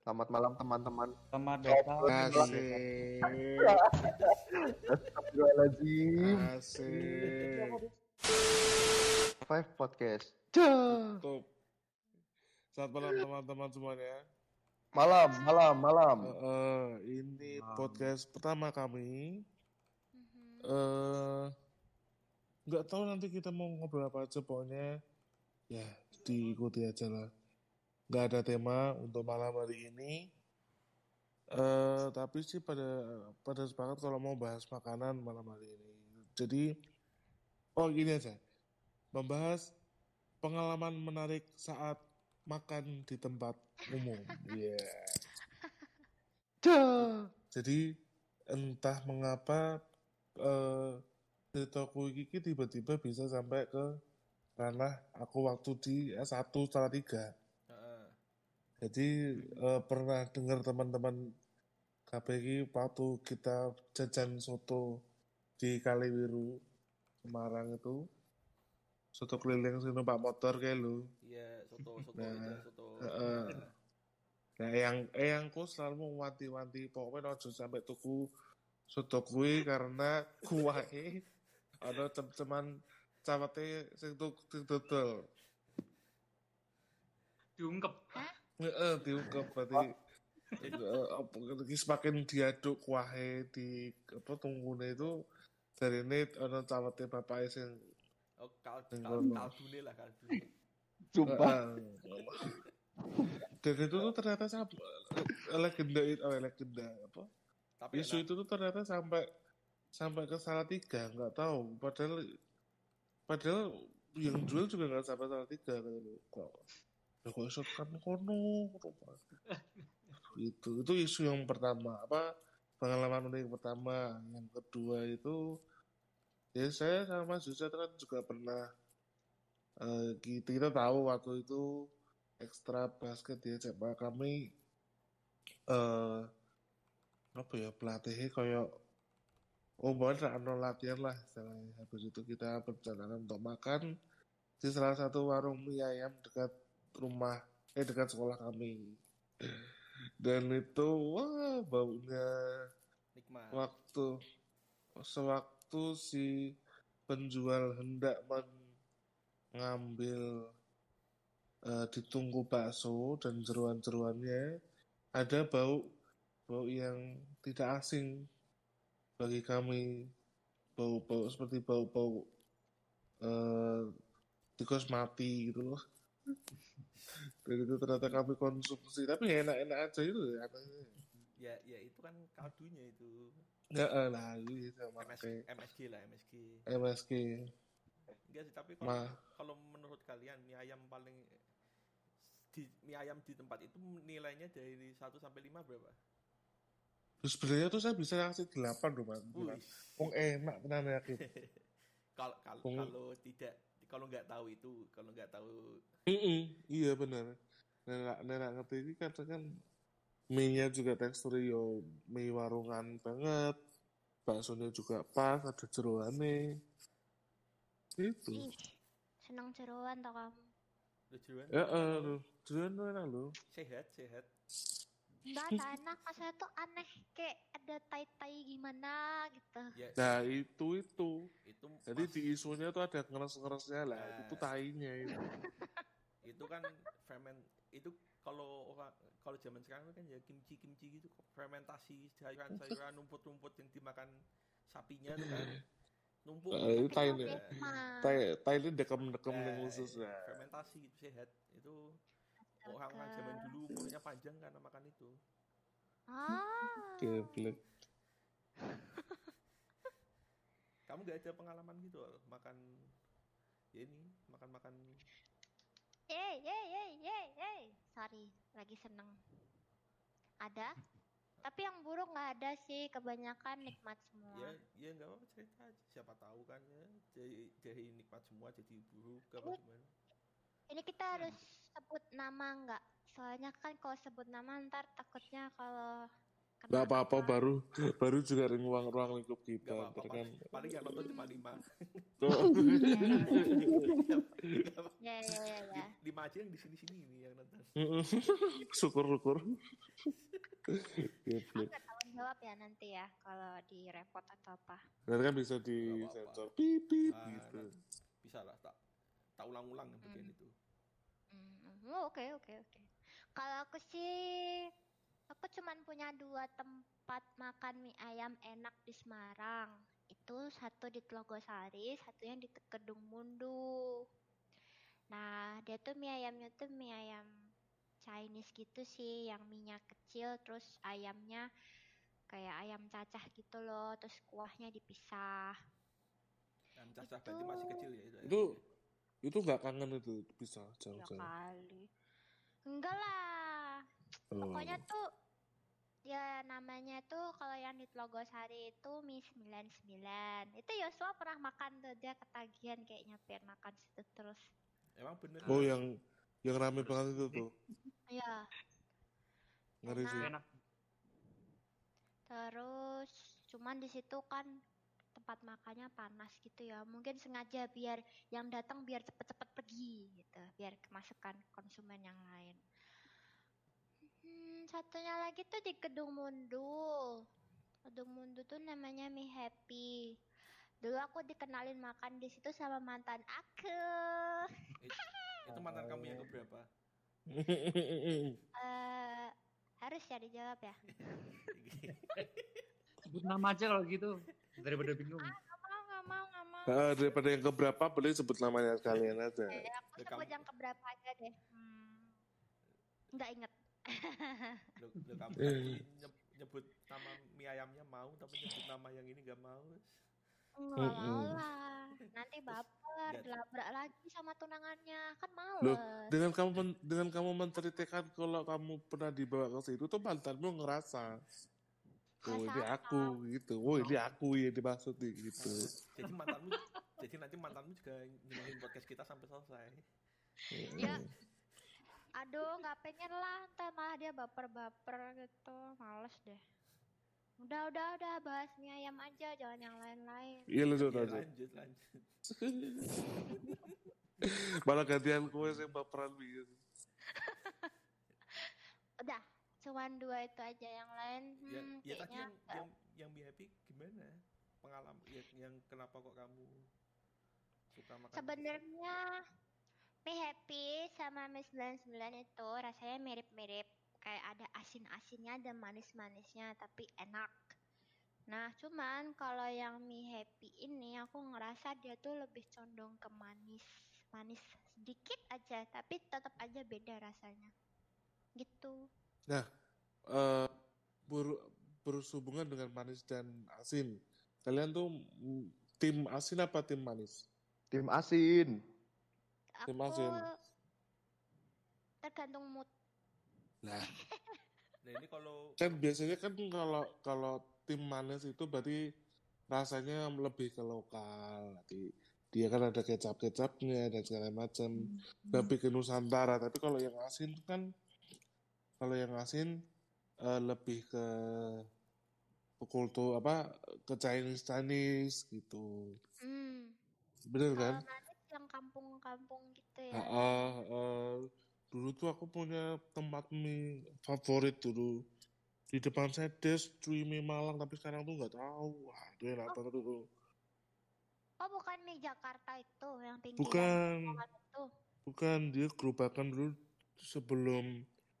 Selamat malam teman-teman. Selamat datang di Astagfirullahaladzim. Asik. Five podcast. Tutup. Selamat malam teman-teman semuanya. Malam. Ini podcast pertama kami. Nggak tahu nanti kita mau ngobrol apa aja, pokoknya ya diikuti aja lah. Nggak ada tema untuk malam hari ini. Tapi sih pada sepakat kalau mau bahas makanan malam hari ini. Jadi, gini aja. Membahas pengalaman menarik saat makan di tempat umum. Yeah. Jadi entah mengapa ceritaku ini tiba-tiba bisa sampai ke ranah aku waktu di S1 setelah 3. Jadi pernah dengar teman-teman KPI waktu kita jajan soto di Kaliwiru Semarang itu, soto keliling sing numpak motor kayak lu. Iya, soto Nah, soto. Nah, eyangku selalu mewanti-wanti pokoknya ojo sampai tuku soto kuwi karena kuwahe ada cem-ceman cawete sing dodol. diungkep. Diungkep berarti semakin diaduk kuahe di tunggune itu dari ini ada cawete bapake sing Kaldune lah. Sumpah. Dan itu tuh ternyata legenda apa? Tapi Isu itu tuh ternyata sampai ke Salatiga, nggak tahu. Padahal yang jual juga nggak sampai Salatiga kok isu kan kono. Itu isu yang pertama. Apa pengalaman unik pertama. Yang kedua itu ya saya sama Jusat kan juga pernah kita tahu waktu itu ekstra basket ya SMA kami pelatihnya kayak boleh latihan lah istilahnya. Habis itu kita perjalanan untuk makan di salah satu warung mie ayam dekat sekolah kami. Dan itu baunya nikmat. Sewaktu si penjual hendak mengambil ditunggu bakso dan jeruan-jeruannya, ada bau yang tidak asing bagi kami, bau seperti bau tikus mati gitu loh. Dan itu ternyata kami konsumsi, tapi enak-enak aja itu anaknya. Ya itu kan kaldunya itu. Nggak lah, ini sama MSG. Enggak sih, tapi kalau menurut kalian mie ayam di tempat itu nilainya dari 1 sampai 5 berapa? Sebenarnya tuh saya bisa kasih 8 loh, Bang. Enak tenan ya. Kalau nggak tahu itu, kalau nggak tahu. Iya benar. Nenek ngerti ini kan mie-nya juga teksturnya mie warungan banget. Baksonya juga pas, ada jeroannya. Itu. Senang jeroan toh kamu? Jeroan tuh enak loh. Sehat. Enggak enak, saya tuh aneh kayak ada tai-tai gimana gitu. Ya, nah itu. Jadi di isunya tuh ada ngeres-ngeresnya lah, itu tainya itu. Itu kan itu kalau zaman sekarang kan ya kimchi gitu, fermentasi sayuran rumput yang dimakan sapinya tuh kan numpuk. Itu tainya dekem yang khusus lah. Fermentasi itu sehat. Itu orang zaman dulu umurnya panjang karena makan itu. Geblek. Kamu gak ada pengalaman gitu makan sorry, lagi seneng. Ada, tapi yang buruk nggak ada sih, kebanyakan nikmat semua. Ya nggak apa-apa, cerita aja. Siapa tahu kan ya dari nikmat semua jadi buruk apa gimana? Ini kita harus sebut nama nggak? Soalnya kan kalau sebut nama ntar takutnya kalau Nggak apa-apa, Kenapa? baru juga ruang lingkup Gak kita. apa-apa, Ntar kan paling yang nonton cuma 5. tuh. Ya, ya, ya, ya. 5 aja yang di sini-sini ini yang nonton. Syukur. Aku nggak tanggung jawab ya nanti ya kalau di repot atau apa. Dan kan bisa di Nggak apa-apa. sensor pipit Nah, gitu. bisa lah, tak ulang-ulang yang bagian itu. Oh, oke. Kalau aku sih, aku cuman punya 2 tempat makan mie ayam enak di Semarang. Itu satu di Tlogosari, satunya di Kedung Mundu. Nah, dia tuh mie ayamnya tuh mie ayam Chinese gitu sih, yang minyak kecil, terus ayamnya kayak ayam cacah gitu loh, terus kuahnya dipisah. Yang cacah Itu berarti masih kecil ya itu. Itu nggak kangen itu bisa ya jauh-jauh. kali. Enggak lah. Pokoknya tuh ya namanya tuh kalau yang di Tlogosari itu mie 99. Itu Yosua pernah makan tuh, dia ketagihan kayaknya pengen makan situ terus. Emang bener. Oh, yang rame banget itu tuh. Iya. Ngeri sih. Enak. Terus cuman di situ kan tempat makannya panas gitu ya. Mungkin sengaja biar yang datang biar cepet-cepet pergi gitu, biar kemasukan konsumen yang lain. Satunya lagi tuh di Kedung Mundu. Kedung Mundu tuh namanya Mie Happy. Dulu aku dikenalin makan di situ sama mantan aku. Itu mantan kamu yang keberapa? Harus ya dijawab ya. Sebut nama aja kalau gitu daripada bingung. Nggak mau. Daripada yang keberapa, boleh sebut namanya sekalian aja. Aku sebut yang keberapa aja deh. Nggak inget. Loh, kamu tadi nyebut nama mie ayamnya mau, tapi nyebut nama yang ini gak mau. Nggak mau lah. Nanti baper, dilabrak lagi sama tunangannya. Kan males. Loh, dengan kamu menceritakan kalau kamu pernah dibawa ke situ tuh mantanmu ngerasa, oh ini aku gitu, oh ini aku yang dimaksud gitu. Jadi nanti mantanmu juga nyenengin podcast kita sampai selesai. Ya, aduh nggak pengen lah, ntar malah dia baper-baper gitu, males deh. Udah bahas mie ayam aja, jangan yang lain-lain. Iya lanjut. Lanjut. Malah gantian kue yang baperan gitu. Udah, cuman 2 itu aja, yang lain ya tadi kayaknya yang mie happy gimana pengalaman yang kenapa kok kamu suka makan? Sebenarnya mie happy sama mie 99 itu rasanya mirip-mirip, kayak ada asin-asinnya dan manis-manisnya, tapi enak. Nah, cuman kalau yang mie happy ini aku ngerasa dia tuh lebih condong ke manis sedikit aja, tapi tetap aja beda rasanya. Gitu. Nah, berhubungan dengan manis dan asin. Kalian tuh tim asin apa tim manis? Tim asin. Tim asin. Tergantung mood. Nah ini kalau kan biasanya kan kalau tim manis itu berarti rasanya lebih ke lokal. Nanti dia kan ada kecap-kecapnya dan segala macam, lebih ke Nusantara. Tapi kalau yang asin kan, lebih ke kultur ke Chinese gitu. Bener kan? Kalau manis yang kampung-kampung gitu ya. Dulu tuh aku punya tempat mie favorit dulu di depan Sedes, cuy, mie Malang, tapi sekarang tuh nggak tahu. Wah, itu enak banget tuh. Oh, bukan mie Jakarta itu yang pinggiran. Bukan, dia gerobakan dulu sebelum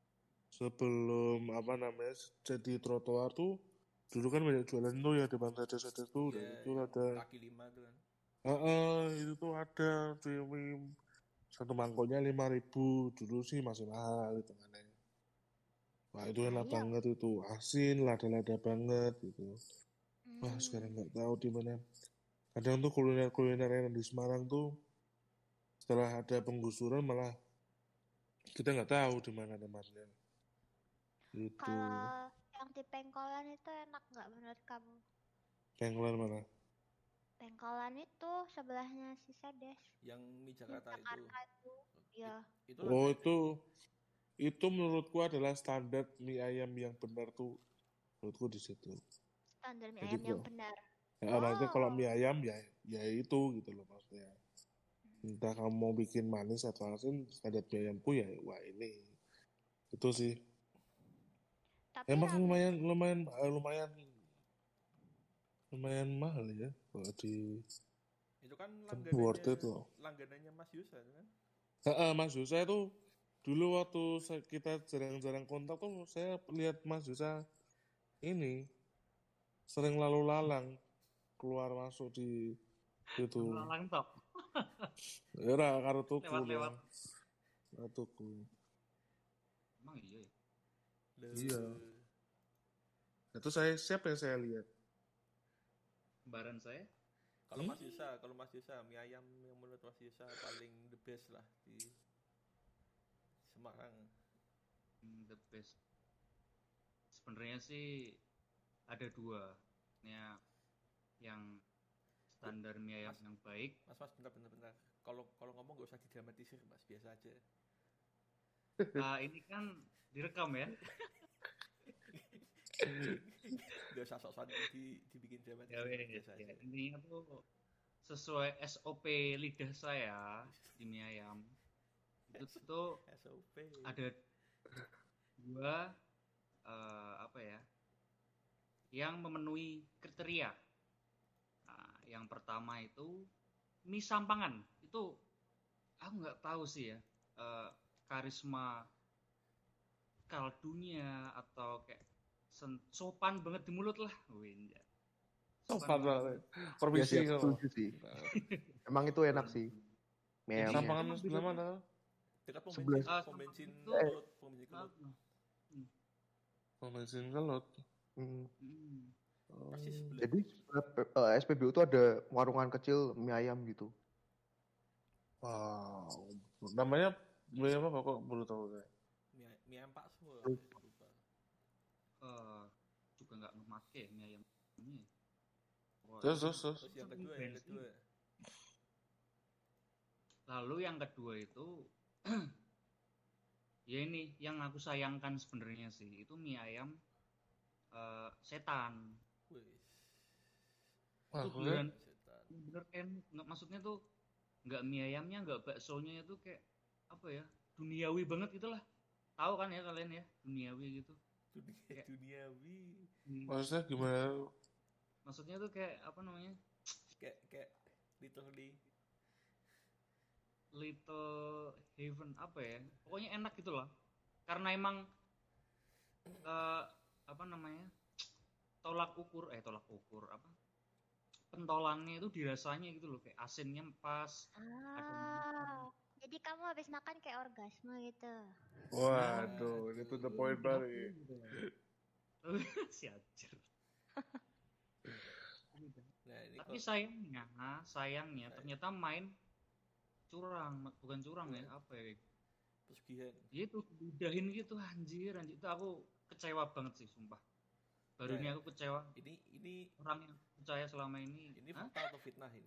jadi trotoar tuh. Dulu kan banyak jualan tuh ya depan Sedes tuh. Dan itu ada kaki 5 tuh kan. Itu tuh ada cuy, mie satu mangkoknya 5.000. Dulu sih masih mahal itu kan. Wah, itu enak banget itu, asin, lada-lada banget gitu. Wah, sekarang nggak tahu di mana. Kadang tuh kuliner yang di Semarang tuh setelah ada penggusuran malah kita nggak tahu di mana tempatnya. Gitu. Kalau yang di Pengkolan itu enak nggak menurut kamu? Pengkolan mana? Pengkolan itu sebelahnya si Sedes. Yang mie Jakarta itu. Iya. Itu menurutku adalah standar mie ayam yang benar tuh Menurutku di situ. Standar mie Jadi ayam yang kok benar. maksudnya kalau Oh. mie ayam ya itu gitu loh maksudnya. Entah kamu mau bikin manis atau asin, standar mie ayamku ya wah ini. Itu sih. Tapi Emang ramen lumayan mahal ya kalau di Itu kan worth it loh. langganannya Mas Yusa kan? Mas Yusa itu dulu waktu kita jarang-jarang kontak tuh saya lihat Mas Yusa ini sering lalu lalang keluar masuk di itu. Lalang tok. Ya karo tuku Lewat-lewat. lah. Tuku. Emang iya ya. Iya. Itu siapa yang saya lihat? Kembaran saya. Kalau Mas Yusa, mie ayam yang menurut Mas Yusa paling the best lah di Semarang. The best. Sebenarnya sih ada dua. Yang standar mie ayam yang baik. Mas, bentar. Kalau ngomong gak usah didramatisir, Mas, biasa aja. Ini kan direkam ya. Gak usah sok-sok dibikin dramatis. Ya, Biasa ya. aja. Intinya tuh sesuai SOP lidah saya di mie ayam. Itu tuh SOP. ada dua yang memenuhi kriteria. Nah, yang pertama itu mie sampangan. Itu aku nggak tahu sih ya karisma kaldunya atau kayak sopan banget di mulut lah. Sopan banget. Ya Permisi sih, kalau. setuju sih. Emang itu enak sih. Mie ayam. Sampangan sebelah mana? Dekat pom Sebelah. bensin itu Kelut, pom bensin Kelut. Pom bensin Kelut. Hmm. Persis sebelah. Jadi SPBU itu ada warungan kecil mie ayam gitu. Wow. Namanya mie apa kok baru tahu saya. Mie ayam Pak semua. Lupa. Juga nggak ngemake mie ayam ini. Terus. Terus yang kedua. Lalu yang kedua itu ya ini yang aku sayangkan sebenarnya sih, itu mie ayam setan. Wah, Itu beneran bener nggak, maksudnya tuh nggak mie ayamnya, nggak baksonya, itu kayak apa ya, duniawi banget gitulah. Tahu kan ya kalian ya, duniawi gitu. Duniawi. maksudnya gimana? Maksudnya tuh kayak apa namanya? Kayak Little heaven apa ya? Pokoknya enak gitu loh. Karena emang apa namanya? Tolak ukur apa? Pentolannya itu dirasanya gitu loh, kayak asinnya pas. Jadi kamu habis makan kayak orgasme gitu. Waduh, itu the point baru. Si ajar. Nah, ini Tapi sayangnya ternyata main bukan curang ya, apa ya? pesugihan. Itu diudahin gitu, anjir itu aku kecewa banget sih, sumpah. Baru ini aku kecewa. Ini orang yang percaya selama ini. Ini fakta atau fitnah ini?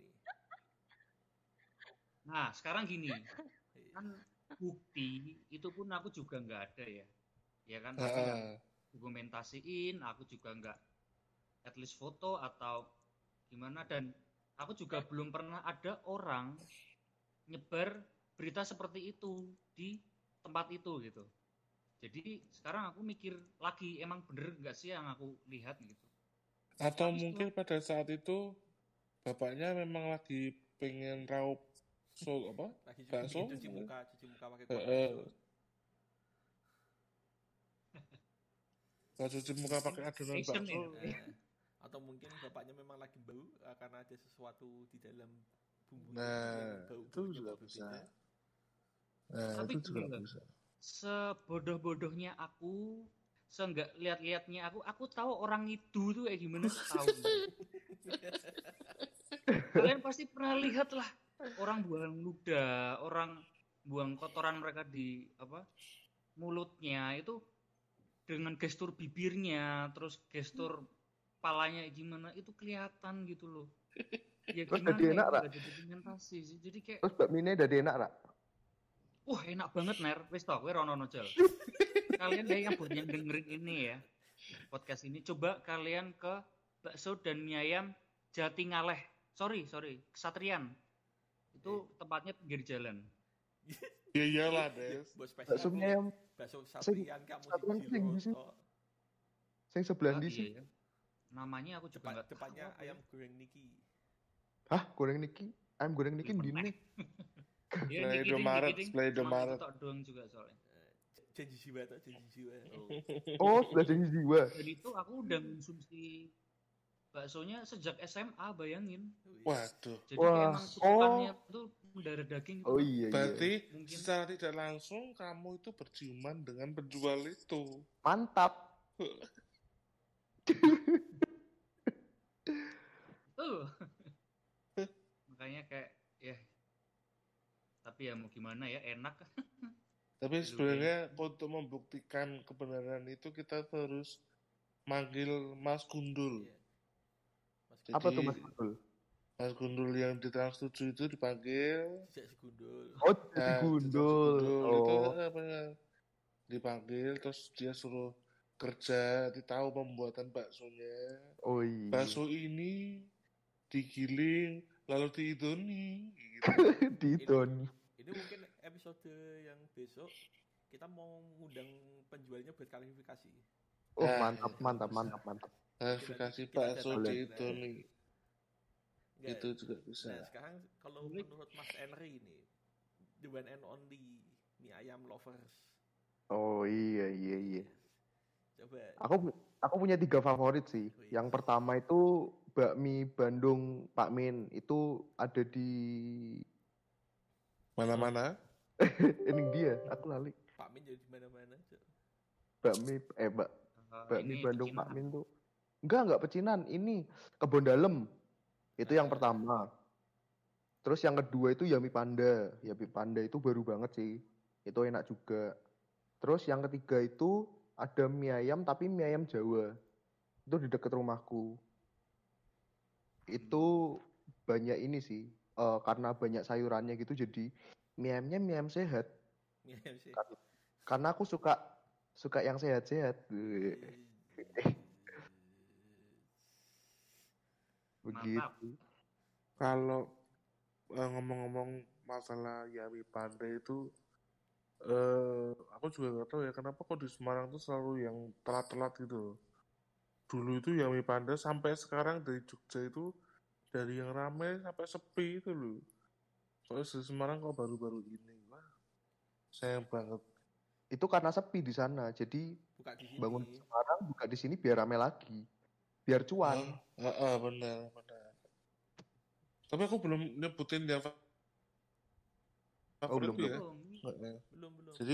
Nah, sekarang gini. Kan bukti itu pun aku juga nggak ada ya. Ya kan, aku nggak dokumentasiin, aku juga nggak at least foto atau gimana, dan aku juga belum pernah ada orang nyebar berita seperti itu di tempat itu gitu. Jadi sekarang aku mikir lagi, emang bener nggak sih yang aku lihat gitu. Atau mungkin pada saat itu bapaknya memang lagi pengen raup bakso, cuci muka pakai bakso. cuci muka pakai adonan bakso. Atau mungkin bapaknya memang lagi bau karena ada sesuatu di dalam bumbu. Nah, itu juga bisa. Tapi itu juga bisa. Sebodoh-bodohnya aku, seenggak lihat-lihatnya aku tahu orang itu tuh kayak gimana, tahu. Kalian pasti pernah lihat lah, orang buang ludah, orang buang kotoran mereka di mulutnya itu dengan gestur bibirnya, terus gestur palanya gimana, itu kelihatan gitu loh. Ya terus gimana jadi enak, ya, gak ada dokumentasi sih. Jadi kayak terus bakminya jadi enak, Rak? Wah, enak banget, Ner. Wis tok, kowe rono jal. Kalian deh yang buat yang dengerin ini ya. podcast ini, coba kalian ke bakso dan mie ayam Jatingaleh. Sorry, Kesatrian. Itu tempatnya pinggir jalan. Ya iyalah, Des. Bos spesial. Bakso mie ayam Bakso Satrian kamu sing sih. sing sebelah Ah, ndi sih? iya. Namanya aku juga nggak Depannya tahu. ayam goreng Niki. Hah, goreng Niki? Ayam goreng Niki Belum di pernah. nih. Iya, Sebelah Niki Indomaret, Ding. sebelah Cuma itu Indomaret. tok doang juga soalnya. Janji jiwa. Oh, sebelah Janji Jiwa. Dan itu aku udah konsumsi baksonya sejak SMA, bayangin. Waduh. Jadi Wah, kayak emang sukuannya tuh mendarah daging. Oh iya. Berarti Mungkin. secara tidak langsung kamu itu berciuman dengan penjual itu. Mantap. Makanya kayak ya, tapi ya mau gimana ya, enak. Tapi sebenarnya untuk membuktikan kebenaran itu kita terus manggil Mas Gundul. Iya. Jadi, Apa tuh Mas Gundul? Mas Gundul yang di Trans 7 itu dipanggil. Jejak Segundul. Oh, Nah, Jadi Gundul. Itu Oh. dipanggil terus dia suruh kerja, dia tahu pembuatan baksonya. Oh iya. Bakso ini digiling lalu diidoni gitu. Didon. Ini mungkin episode yang besok kita mau ngundang penjualnya buat klarifikasi. Oh, Nah, mantap. Klarifikasi Kita bakso datang. diidoni. Enggak. Itu juga bisa. Nah, sekarang kalau menurut Mas Henry ini, the one and only mie ayam lovers. Oh iya. Coba. Aku punya 3 favorit sih. Yang pertama itu bakmi Bandung Pak Min. Itu ada di Mana-mana. ini dia, aku lali. Pak Min jadi mana-mana. Bakmi bakmi Ini Bandung pecinan. Pak Min tuh. Enggak pecinan. Ini Kebon Dalem. Itu yang pertama. Terus yang kedua itu Yami Panda. Yami Panda itu baru banget sih. Itu enak juga. Terus yang ketiga itu ada mie ayam tapi mie ayam Jawa. Itu di dekat rumahku. Itu banyak ini sih. Karena banyak sayurannya gitu jadi mie ayamnya mie ayam sehat. Mie ayam sih. Karena aku suka yang sehat-sehat. Begitu. Kalau ngomong-ngomong masalah Yami Panda itu, aku juga nggak tahu ya kenapa kok di Semarang tuh selalu yang telat-telat gitu. Dulu itu Yami Panda sampai sekarang dari Jogja itu dari yang ramai sampai sepi itu loh. Soalnya di Semarang kok baru-baru ini, wah sayang banget. Itu karena sepi di sana. Jadi Buka di sini. bangun di Semarang buka di sini biar rame lagi. Biar cuan. Benar. Tapi aku belum nyebutin yang favorit belum. ya. Belum. Jadi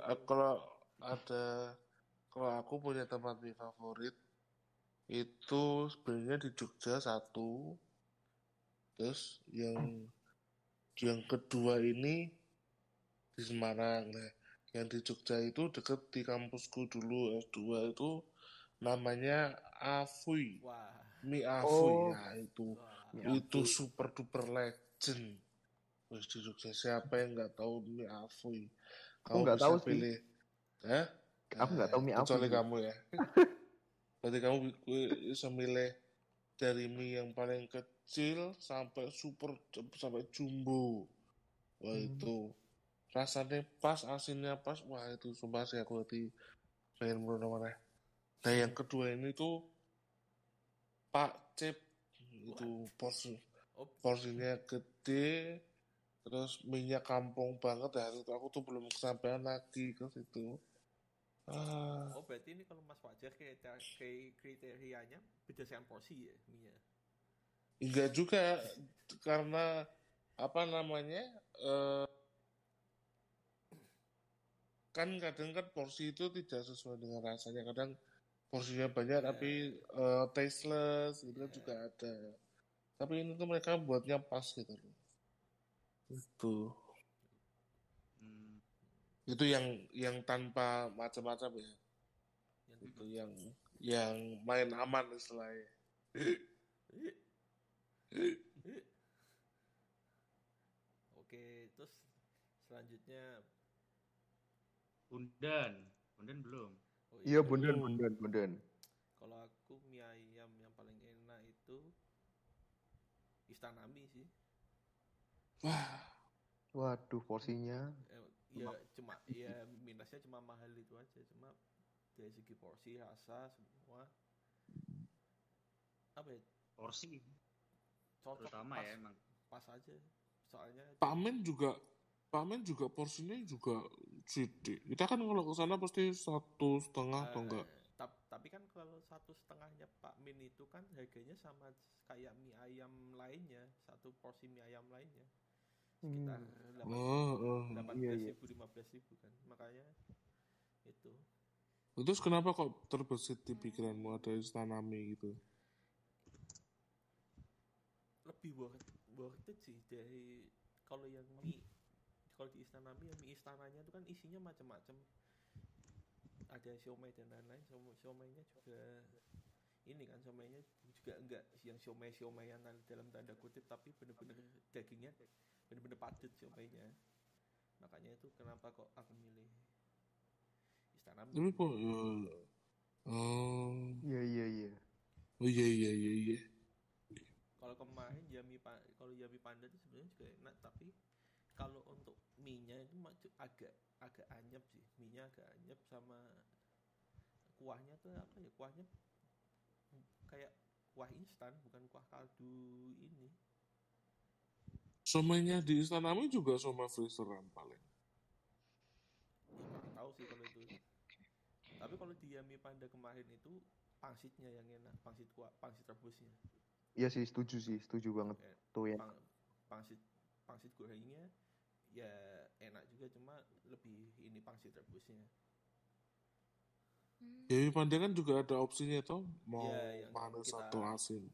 kalau aku punya tempat mie favorit itu sebenarnya di Jogja satu, terus yang kedua ini di Semarang. Nah, yang di Jogja itu deket di kampusku dulu S2 itu namanya Afui. Wah. Mie Afui. Oh. Nah, itu Mie itu Afui. super duper legend. Terus di Jogja siapa yang nggak tahu mie Afui? Kamu nggak bisa tahu sih. pilih. Hah? Aku nggak tahu mie kecuali Afui. kamu ya. Berarti kamu bisa milih dari mie yang paling kecil sampai sampai jumbo. Wah itu rasanya pas, asinnya pas. Wah itu sumpah sih aku hati pengen mana-mana. Nah yang kedua ini tuh Pak Cip itu porsinya gede, terus minyak kampung banget ya. Aku tuh belum kesampaian lagi ke situ. Oh berarti ini kalau Mas Fajar kriterianya berdasarkan porsi ya mie-nya? Enggak juga, karena apa namanya kan kadang kan porsi itu tidak sesuai dengan rasanya, kadang porsinya banyak tapi tasteless gitu kan juga ada. Tapi ini tuh mereka buatnya pas gitu loh. Itu yang tanpa macam-macam ya. Itu yang main aman istilahnya. Oke, terus selanjutnya Bundan belum. Iya, Bundan. Istanami sih. Waduh, porsinya. Ya cuma ya minusnya cuma mahal itu aja, cuma dari segi porsi, rasa semua apa ya, Porsi cocok, terutama pas, ya emang. pas aja. Soalnya Pak Men juga porsinya juga sedikit. Kita kan kalau ke sana pasti 1,5 atau enggak. tapi kan kalau 1,5-nya Pak Min itu kan harganya sama kayak mie ayam lainnya, satu porsi mie ayam lainnya sekitar 18.000 15.000 kan, makanya itu. Terus kenapa kok terbesit di pikiranmu ada Istanami gitu? Lebih worth it sih dari kalau yang mie, kalau di Istanami yang mie istananya itu kan isinya macam-macam, ada siomay dan lain-lain. Siomaynya juga ini kan, siomaynya juga enggak yang siomay yang dalam tanda kutip, tapi bener-bener dagingnya bener-bener padat siomaynya. Makanya itu kenapa kok aku milih Istanami. Tapi kok Iya. Oh iya. Kalau kemarin Yami Panda itu sebenarnya juga enak, tapi kalau untuk mie-nya itu agak anyep sih. Mie-nya agak anyep, sama kuahnya tuh apa ya? Kuahnya kayak kuah instan, bukan kuah kaldu ini. Somaynya di Istanami juga somay freezeran paling. Ya kurang tahu sih kalau itu. Tapi kalau di Yami Panda kemarin itu pangsitnya yang enak, pangsit rebusnya. Iya sih, setuju banget. Tuh ya. Pangsit gorengnya ya enak juga, cuma lebih ini pangsit rebusnya. Yami Panda kan juga ada opsinya toh, mau ya, manis atau asin.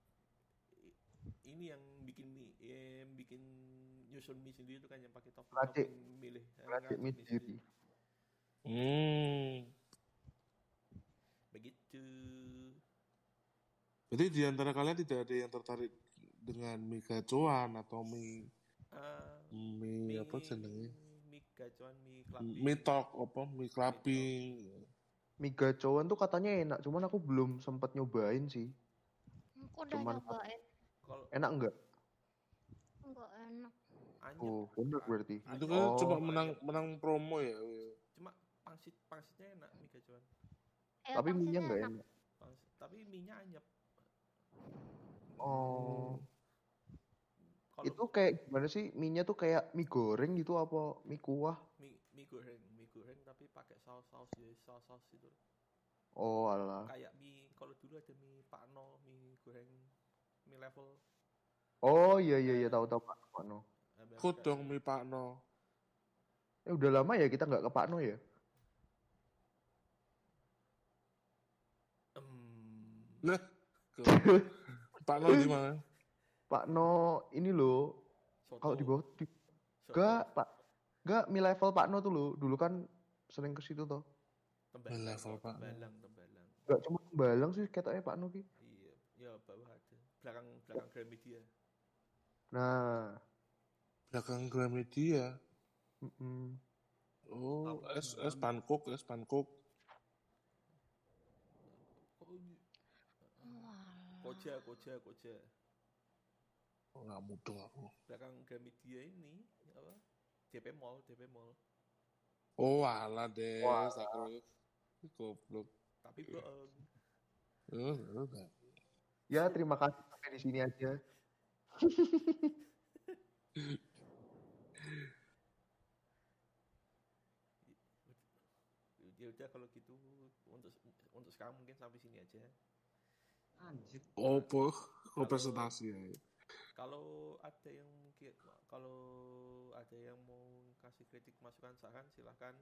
Ini yang bikin nyusun mie sendiri itu kan, yang pakai topping milih Racik mie sendiri. Begitu. Jadi di antara kalian tidak ada yang tertarik dengan mie gacoan atau mie apa jenenge? Mie gacoan, mie clapping. Mie tok apa? Mie clapping. Mie gacoan tuh katanya enak, cuman aku belum sempet nyobain sih. Aku udah nyobain. Enak enggak? Enggak enak. Oh, bener berarti. Itu kan cuma menang promo ya. Cuma pangsitnya enak mie gacoan. Tapi mie-nya enggak enak. Tapi mie-nya anyep. Oh. Itu kayak gimana sih? Mie-nya tuh kayak mie goreng gitu apa mie kuah? Mie goreng tapi pakai saus itu. Oh, alah. Kayak mie, kalau dulu ada mie Pakno, mie goreng, mie level. Oh iya tahu Pak No. Kok dong mie Pakno. Udah lama ya kita nggak ke Pak No ya? Nah, Pak No di mana? Pak No ini loh. Kalau di bawah enggak mie level Pak No tuh loh. Dulu kan sering ke situ toh. Tembalang. Enggak cuma Tembalang sih katanya Pak No ki. Iya, ya bawah ada. Belakang Gramedia. Nah, belakang Gramedia. Oh, es pankuk. Koja. Oh, nggak mudeng aku. Belakang Gramedia ini apa? DP Mall. Oh, alah deh, aku goblok. Tapi bohong. Ya terima kasih sampai di sini aja. Ya udah kalau gitu untuk sekarang mungkin sampai sini aja. Anjir. Presentasi ya. Kalau ada yang mau kasih kritik, masukan, saran, silahkan